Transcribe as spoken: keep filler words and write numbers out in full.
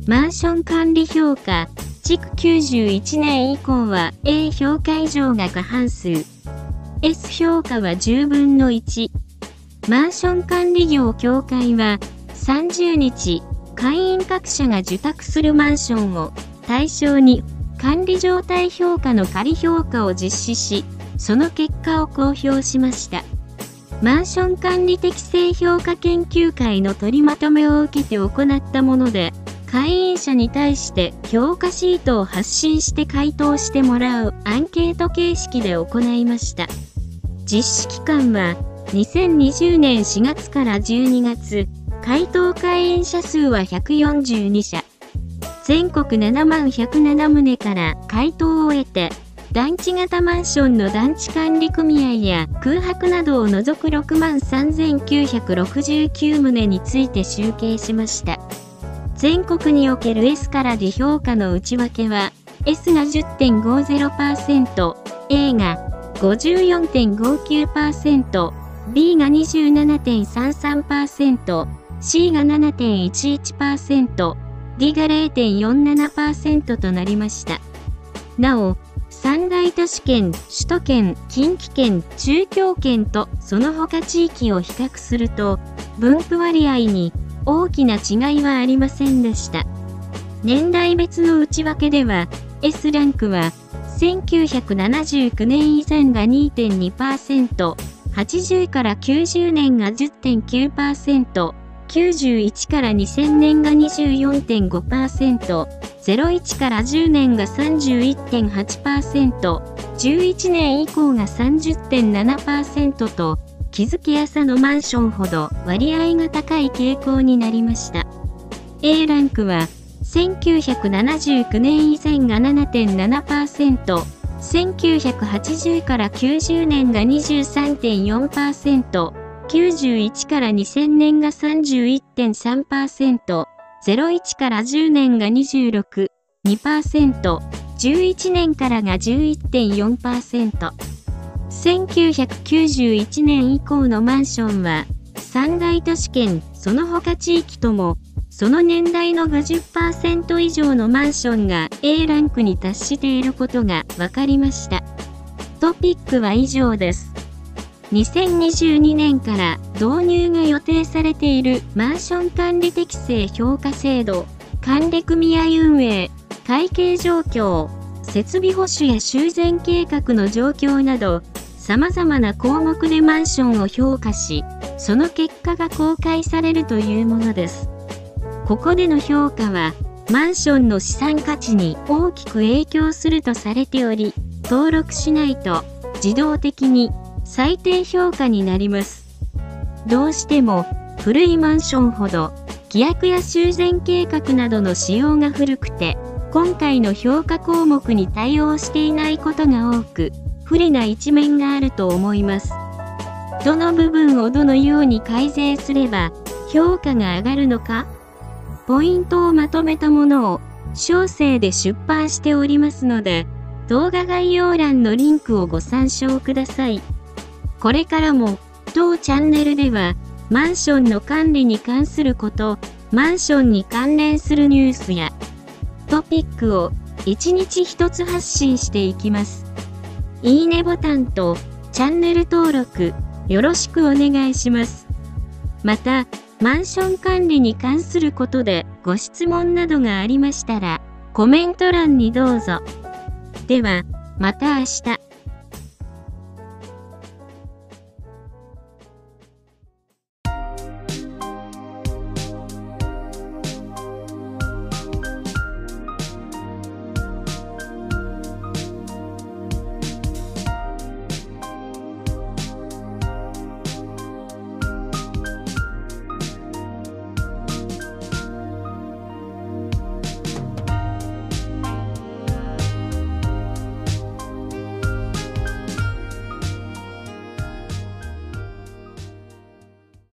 マンション管理評価、築きゅうじゅういちねん以降は A 評価以上が過半数。S 評価はじゅうぶんのいち。マンション管理業協会はさんじゅうにち、会員各社が受託するマンションを対象に管理状態評価の仮評価を実施し、その結果を公表しました。マンション管理適正評価研究会の取りまとめを受けて行ったもので、会員者に対して評価シートを発信して回答してもらうアンケート形式で行いました。実施期間はにせんにじゅうねんしがつからじゅうにがつ、回答会員者数はひゃくよんじゅうにしゃ。全国ななまんひゃくななとうから回答を得て、団地型マンションの団地管理組合や空白などを除くろくまんさんぜんきゅうひゃくろくじゅうきゅうとうについて集計しました。全国における エス から ディ 評価の内訳は、S が じゅってんごゼロパーセント、A が ごじゅうよんてんごきゅうパーセント、B が にじゅうななてんさんさんパーセント、C が ななてんいちいちパーセント、D が れいてんよんななパーセント となりました。なお、三大都市圏、首都圏、近畿圏、中京圏とその他地域を比較すると、分布割合に大きな違いはありませんでした。年代別の内訳では、S ランクはせんきゅうひゃくななじゅうきゅうねん以前が にてんにパーセント、はちじゅうからきゅうじゅうねんが じゅってんきゅうパーセント、きゅうじゅういちからにせんねんが にじゅうよんてんごパーセント、ゼロいちからじゅうねんが さんじゅういってんはちパーセント、じゅういちねん以降が さんじゅってんななパーセント と、築きやすさのマンションほど割合が高い傾向になりました。A ランクはせんきゅうひゃくななじゅうきゅうねん以前が ななてんななパーセント、せんきゅうひゃくはちじゅうからきゅうじゅうねんが にじゅうさんてんよんパーセント、きゅうじゅういちからにせんねんが さんじゅういってんさんパーセント、ゼロいちからじゅうねんが にじゅうろく、にパーセント、じゅういちねんからが じゅういってんよんパーセント。せんきゅうひゃくきゅうじゅういちねん以降のマンションは、三大都市圏、その他地域とも、その年代の ごじゅっパーセント 以上のマンションが A ランクに達していることが分かりました。トピックは以上です。にせんにじゅうにねんから導入が予定されているマンション管理適正評価制度、管理組合運営、会計状況、設備保守や修繕計画の状況など、様々な項目でマンションを評価し、その結果が公開されるというものです。ここでの評価は、マンションの資産価値に大きく影響するとされており、登録しないと自動的に最低評価になります。どうしても古いマンションほど規約や修繕計画などの仕様が古くて、今回の評価項目に対応していないことが多く、不利な一面があると思います。どの部分をどのように改善すれば評価が上がるのか、ポイントをまとめたものを小生で出版しておりますので、動画概要欄のリンクをご参照ください。これからも当チャンネルではマンションの管理に関すること、マンションに関連するニュースやトピックを一日一つ発信していきます。いいねボタンとチャンネル登録よろしくお願いします。また、マンション管理に関することでご質問などがありましたら、コメント欄にどうぞ。では、また明日。